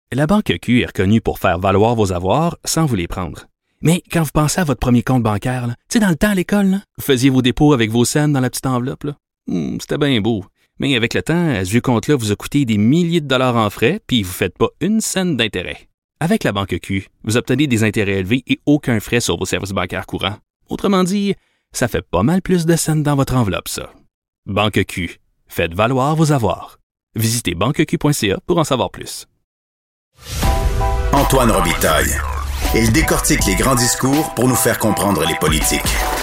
La Banque Q est reconnue pour faire valoir vos avoirs sans vous les prendre. Mais quand vous pensez à votre premier compte bancaire, tu sais, dans le temps à l'école, là, vous faisiez vos dépôts avec vos scènes dans la petite enveloppe. Là. C'était bien beau. Mais avec le temps, ce vieux compte-là vous a coûté des milliers de dollars en frais, puis vous ne faites pas une scène d'intérêt. Avec la Banque Q, vous obtenez des intérêts élevés et aucun frais sur vos services bancaires courants. Autrement dit, ça fait pas mal plus de scènes dans votre enveloppe, ça. Banque Q. Faites valoir vos avoirs. Visitez banqueq.ca pour en savoir plus. Antoine Robitaille. Il décortique les grands discours pour nous faire comprendre les politiques.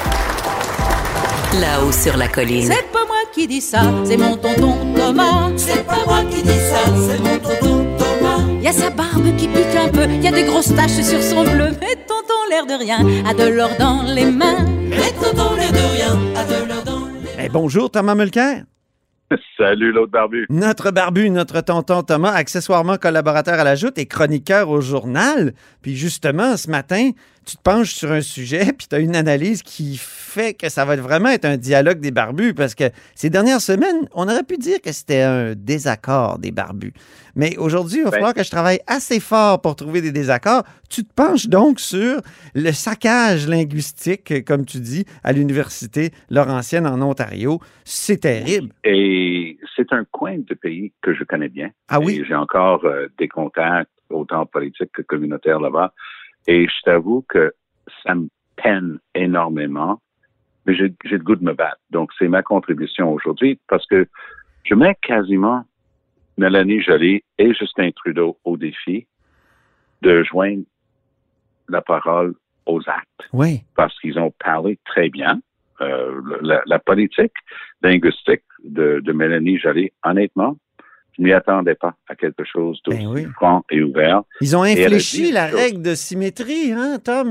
Là-haut sur la colline. C'est pas moi qui dis ça, c'est mon tonton Thomas. C'est pas moi qui dis ça, c'est mon tonton Thomas. Y a sa barbe qui pique un peu, y a des grosses taches sur son bleu. Mais tonton, l'air de rien, a de l'or dans les mains. Mais tonton, l'air de rien, a de l'or dans les mains. Bonjour, Thomas Mulcair. Salut, l'autre barbu. Notre barbu, notre tonton Thomas, accessoirement collaborateur à la Joute et chroniqueur au journal. Puis justement, ce matin, tu te penches sur un sujet, puis tu as une analyse qui fait que ça va vraiment être un dialogue des barbus, parce que ces dernières semaines, on aurait pu dire que c'était un désaccord des barbus. Mais aujourd'hui, il va falloir que je travaille assez fort pour trouver des désaccords. Tu te penches donc sur le saccage linguistique, comme tu dis, à l'Université Laurentienne en Ontario. C'est terrible. Et c'est un coin de pays que je connais bien. Ah oui? Et j'ai encore des contacts, autant politiques que communautaires là-bas. Et je t'avoue que ça me peine énormément, mais j'ai le goût de me battre. Donc, c'est ma contribution aujourd'hui, parce que je mets quasiment Mélanie Joly et Justin Trudeau au défi de joindre la parole aux actes. Oui. Parce qu'ils ont parlé très bien. La politique linguistique de Mélanie Joly, honnêtement, je m'y attendais pas à quelque chose d'aussi franc et ouvert. Ils ont infléchi la règle de symétrie, hein, Tom?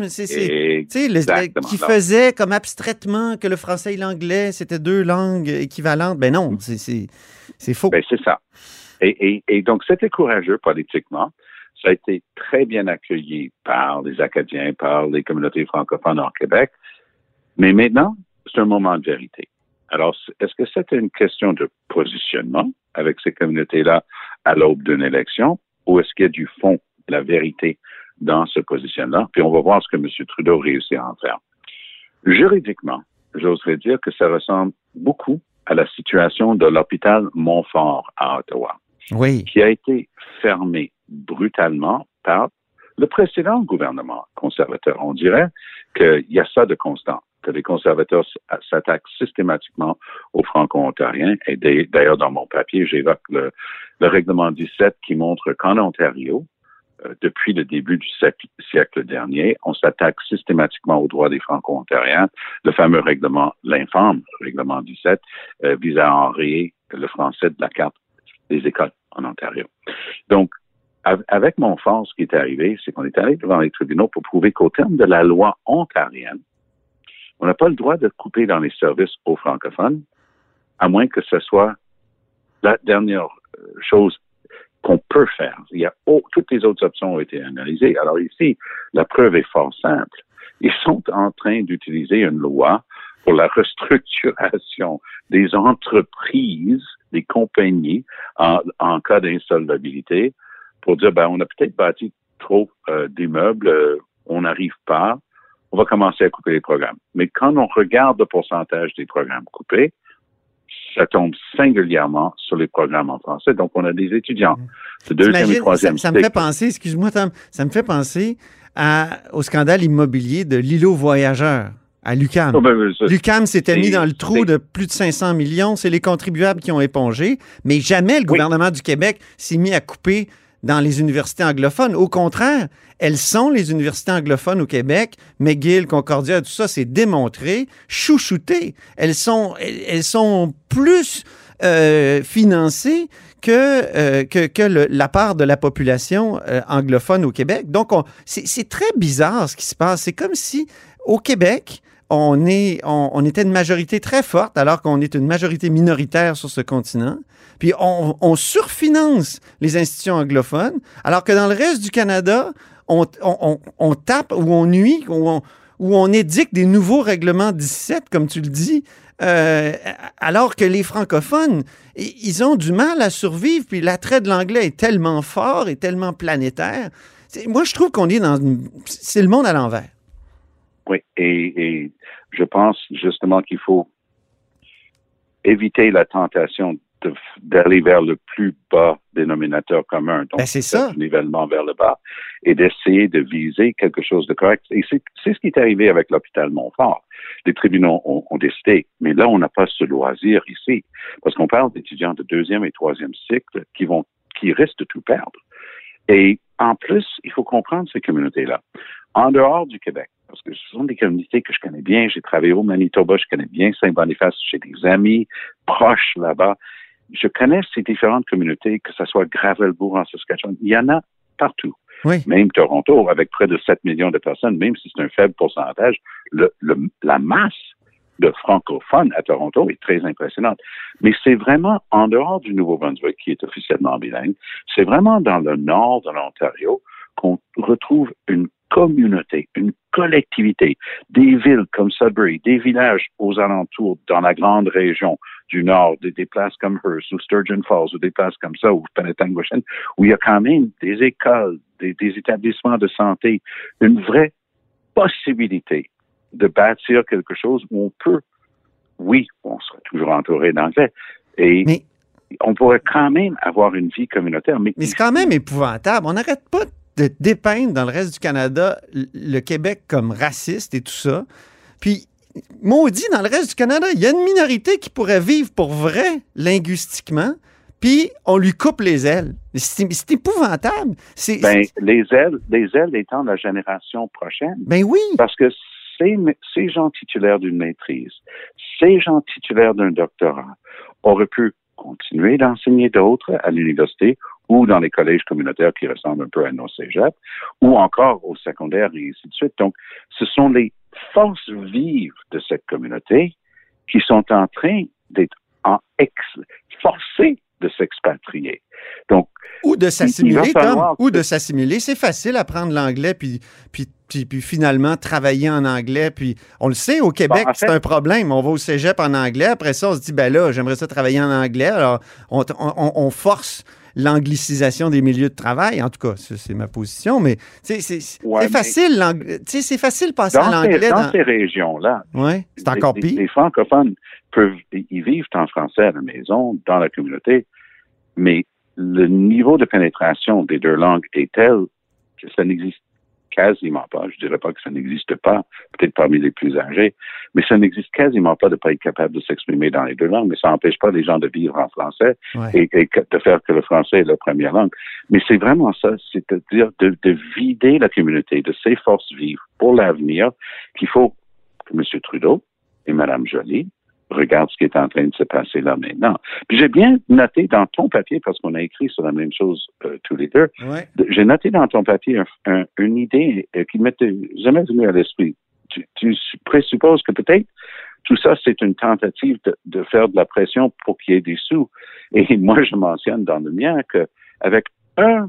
Qui faisait comme abstraitement que le français et l'anglais, c'était deux langues équivalentes. Ben non, c'est faux. Ben c'est ça. Et donc, c'était courageux politiquement. Ça a été très bien accueilli par les Acadiens, par les communautés francophones hors Québec. Mais maintenant, c'est un moment de vérité. Alors, est-ce que c'était une question de positionnement avec ces communautés-là à l'aube d'une élection, ou est-ce qu'il y a du fond, de la vérité dans ce positionnement? Puis on va voir ce que M. Trudeau réussit à en faire. Juridiquement, j'oserais dire que ça ressemble beaucoup à la situation de l'hôpital Montfort à Ottawa, qui a été fermé brutalement par le précédent gouvernement conservateur. On dirait qu'il y a ça de constant, que les conservateurs s'attaquent systématiquement aux Franco-Ontariens. Et d'ailleurs, dans mon papier, j'évoque le règlement 17 qui montre qu'en Ontario, depuis le début du siècle dernier, on s'attaque systématiquement aux droits des Franco-Ontariens. Le fameux règlement, l'infâme règlement 17, vise à enrayer le français de la carte des écoles en Ontario. Donc, avec Montfort, ce qui est arrivé, c'est qu'on est allé devant les tribunaux pour prouver qu'au terme de la loi ontarienne, on n'a pas le droit de couper dans les services aux francophones, à moins que ce soit la dernière chose qu'on peut faire. Toutes les autres options ont été analysées. Alors ici, la preuve est fort simple. Ils sont en train d'utiliser une loi pour la restructuration des entreprises, des compagnies en cas d'insolvabilité, pour dire, on a peut-être bâti trop d'immeubles, on n'arrive pas, on va commencer à couper les programmes. Mais quand on regarde le pourcentage des programmes coupés, ça tombe singulièrement sur les programmes en français. Donc, on a des étudiants de deuxième et troisième cycle. Ça me fait penser, excuse-moi Tom, ça me fait penser au scandale immobilier de l'îlot voyageur à l'UQAM. L'UQAM s'était mis dans le trou de plus de 500 millions. C'est les contribuables qui ont épongé. Mais jamais le gouvernement du Québec s'est mis à couper dans les universités anglophones. Au contraire, elles sont les universités anglophones au Québec. McGill, Concordia, tout ça, c'est démontré, chouchoutées. Elles sont plus financées que la part de la population anglophone au Québec. Donc, c'est très bizarre ce qui se passe. C'est comme si, au Québec, on était une majorité très forte, alors qu'on est une majorité minoritaire sur ce continent. Puis on surfinance les institutions anglophones, alors que dans le reste du Canada, on tape ou on nuit, ou où on édicte des nouveaux règlements 17, comme tu le dis, alors que les francophones, ils ont du mal à survivre, puis l'attrait de l'anglais est tellement fort et tellement planétaire. Moi, je trouve qu'on est c'est le monde à l'envers. Oui, et je pense justement qu'il faut éviter la tentation d'aller vers le plus bas dénominateur commun, donc c'est ça. Le nivellement vers le bas, et d'essayer de viser quelque chose de correct. Et c'est ce qui est arrivé avec l'hôpital Montfort. Les tribunaux ont décidé, mais là, on n'a pas ce loisir ici, parce qu'on parle d'étudiants de 2e et 3e cycle qui risquent de tout perdre. Et en plus, il faut comprendre ces communautés-là. En dehors du Québec, parce que ce sont des communautés que je connais bien, j'ai travaillé au Manitoba, je connais bien Saint-Boniface, j'ai des amis proches là-bas. Je connais ces différentes communautés, que ce soit Gravelbourg en Saskatchewan, il y en a partout. Oui. Même Toronto, avec près de 7 millions de personnes, même si c'est un faible pourcentage, la masse de francophones à Toronto est très impressionnante. Mais c'est vraiment en dehors du Nouveau-Brunswick, qui est officiellement bilingue, c'est vraiment dans le nord de l'Ontario qu'on retrouve une communauté, une collectivité, des villes comme Sudbury, des villages aux alentours dans la grande région du Nord, des places comme Hearst ou Sturgeon Falls ou des places comme ça, ou Penetanguishene, où il y a quand même des écoles, des établissements de santé, une vraie possibilité de bâtir quelque chose où on peut, oui, on sera toujours entouré d'anglais, mais on pourrait quand même avoir une vie communautaire. Mais c'est quand même épouvantable. On n'arrête pas de dépeindre dans le reste du Canada le Québec comme raciste et tout ça. Puis, maudit, dans le reste du Canada, il y a une minorité qui pourrait vivre pour vrai linguistiquement, puis on lui coupe les ailes. C'est épouvantable. Les ailes étant la génération prochaine. Ben oui. Parce que ces gens titulaires d'une maîtrise, ces gens titulaires d'un doctorat auraient pu continuer d'enseigner d'autres à l'université ou dans les collèges communautaires qui ressemblent un peu à nos cégeps, ou encore au secondaire et ainsi de suite. Donc, ce sont les forces vives de cette communauté qui sont en train d'être forcées de s'expatrier. Donc, ou de s'assimiler, ou de s'assimiler. C'est facile apprendre l'anglais, puis finalement travailler en anglais. Puis on le sait, au Québec, c'est un problème. On va au cégep en anglais. Après ça, on se dit, ben là, j'aimerais ça travailler en anglais. Alors, on force l'anglicisation des milieux de travail. En tout cas, c'est ma position, mais c'est facile. C'est facile de passer à l'anglais. Dans ces régions-là, c'est encore pire. Les francophones ils vivent en français à la maison, dans la communauté, mais le niveau de pénétration des deux langues est tel que ça n'existe quasiment pas. Je dirais pas que ça n'existe pas, peut-être parmi les plus âgés, mais ça n'existe quasiment pas de pas être capable de s'exprimer dans les deux langues, mais ça n'empêche pas les gens de vivre en français et de faire que le français est leur première langue. Mais c'est vraiment ça, c'est-à-dire de vider la communauté de ses forces vives pour l'avenir, qu'il faut que M. Trudeau et Mme Joly regarde ce qui est en train de se passer là maintenant. Puis j'ai bien noté dans ton papier, parce qu'on a écrit sur la même chose tous les deux, j'ai noté dans ton papier une idée qui m'était jamais venue à l'esprit. Tu présupposes que peut-être tout ça, c'est une tentative de faire de la pression pour qu'il y ait des sous. Et moi, je mentionne dans le mien qu'avec 1%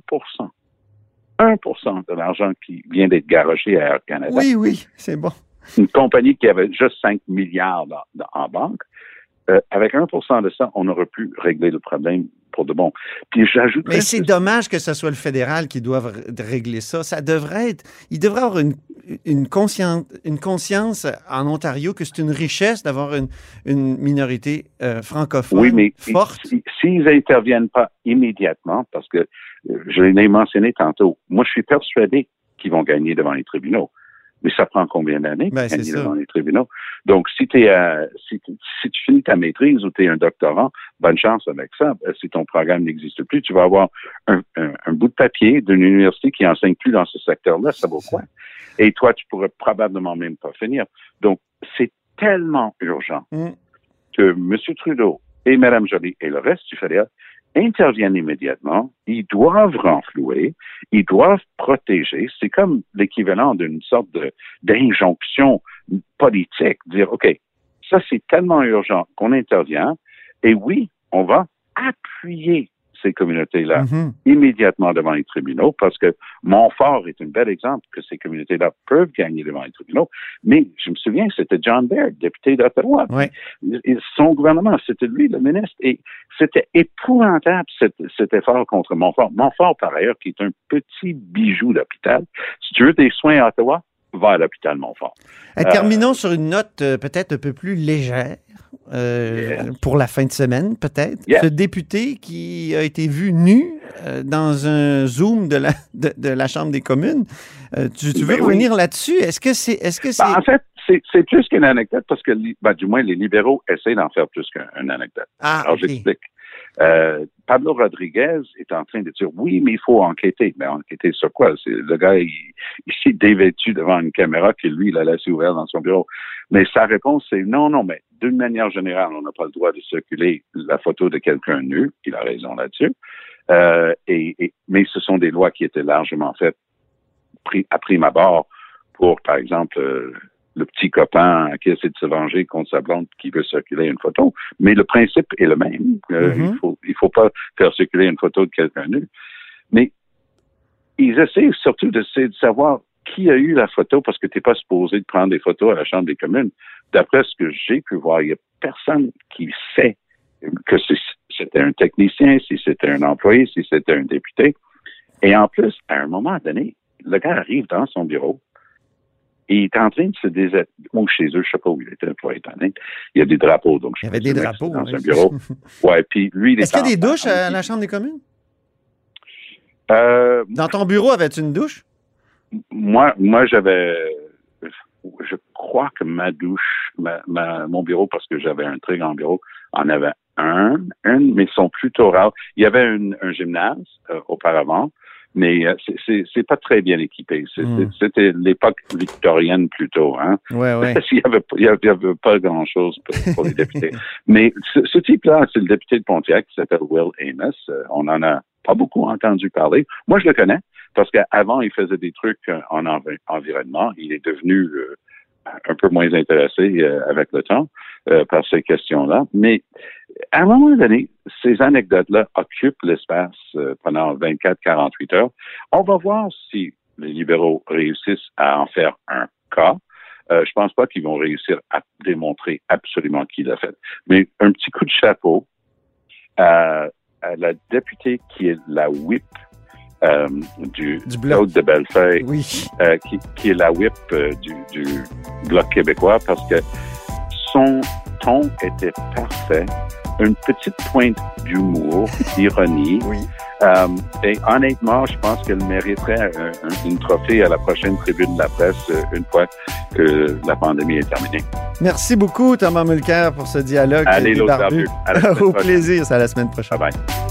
de l'argent qui vient d'être garoché à Air Canada. Oui, c'est bon. Une compagnie qui avait juste 5 milliards en banque, avec 1% de ça, on aurait pu régler le problème pour de bon. Puis j'ajouterais... Mais c'est dommage que ce soit le fédéral qui doive régler ça. Ça devrait être... Il devrait avoir une conscience en Ontario que c'est une richesse d'avoir une minorité francophone forte. S'ils n'interviennent pas immédiatement, parce que je l'ai mentionné tantôt, moi je suis persuadé qu'ils vont gagner devant les tribunaux. Mais ça prend combien d'années pour gagner devant les tribunaux? Donc, si tu finis ta maîtrise ou tu es un doctorant, bonne chance avec ça. Si ton programme n'existe plus, tu vas avoir un bout de papier d'une université qui enseigne plus dans ce secteur-là. Ça vaut quoi? Et toi, tu pourrais probablement même pas finir. Donc, c'est tellement urgent que M. Trudeau et Mme Joly et le reste du fédéral interviennent immédiatement, ils doivent renflouer, ils doivent protéger. C'est comme l'équivalent d'une sorte d'injonction politique. Dire, OK, ça c'est tellement urgent qu'on intervient et oui, on va appuyer ces communautés-là immédiatement devant les tribunaux, parce que Montfort est un bel exemple que ces communautés-là peuvent gagner devant les tribunaux. Mais je me souviens, c'était John Baird, député d'Ottawa. Ouais. Son gouvernement, c'était lui le ministre. Et c'était épouvantable cet effort contre Montfort. Montfort, par ailleurs, qui est un petit bijou d'hôpital. Si tu veux des soins à Ottawa, va à l'hôpital Montfort. Terminons sur une note peut-être un peu plus légère pour la fin de semaine, peut-être. Yeah. Ce député qui a été vu nu dans un Zoom de la Chambre des communes. Tu veux revenir là-dessus? Est-ce que c'est... En fait, c'est plus qu'une anecdote parce que, du moins, les libéraux essaient d'en faire plus qu'une anecdote. Alors, j'explique. Pablo Rodriguez est en train de dire oui, mais il faut enquêter. Mais enquêter sur quoi? Le gars, il s'est dévêtu devant une caméra que lui, il a laissé ouverte dans son bureau. Mais sa réponse, c'est non, mais d'une manière générale, on n'a pas le droit de circuler la photo de quelqu'un nu. Il a raison là-dessus. Mais ce sont des lois qui étaient largement faites à prime abord pour, par exemple, le petit copain qui essaie de se venger contre sa blonde qui veut circuler une photo. Mais le principe est le même. Il faut pas faire circuler une photo de quelqu'un nu. Mais ils essaient surtout de savoir qui a eu la photo parce que tu n'es pas supposé de prendre des photos à la Chambre des communes. D'après ce que j'ai pu voir, il n'y a personne qui sait que c'était un technicien, si c'était un employé, si c'était un député. Et en plus, à un moment donné, le gars arrive dans son bureau. Et il est en train de se déshabiller. Ou chez eux, je sais pas où il était, pour être honnête. Il y a des drapeaux, donc il y avait des drapeaux dans un bureau. Ouais, puis lui, il Est-ce qu'il y a des douches à la Chambre des communes? Dans ton bureau, avais-tu une douche? Moi, j'avais. Je crois que ma douche, mon bureau, parce que j'avais un très grand bureau, en avait mais ils sont plutôt rares. Il y avait un gymnase auparavant. Mais c'est pas très bien équipé. C'était l'époque victorienne plutôt, hein. Ouais. il y avait pas grand-chose pour les députés. Mais ce type-là, c'est le député de Pontiac qui s'appelle Will Amos. On en a pas beaucoup entendu parler. Moi, je le connais parce qu'avant, il faisait des trucs en environnement. Il est devenu un peu moins intéressé avec le temps par ces questions-là. Mais à un moment donné, ces anecdotes-là occupent l'espace pendant 24-48 heures. On va voir si les libéraux réussissent à en faire un cas. Je pense pas qu'ils vont réussir à démontrer absolument qui l'a fait. Mais un petit coup de chapeau à la députée qui est la whip du Bloc de Bellefeuille, qui est la whip du Bloc québécois, parce que son ton était parfait, une petite pointe d'humour, d'ironie. Et honnêtement, je pense qu'elle mériterait une trophée à la prochaine tribune de la presse une fois que la pandémie est terminée. Merci beaucoup, Thomas Mulcair, pour ce dialogue. Allez, l'autre barbu. Au plaisir, c'est à la semaine prochaine. Bye bye.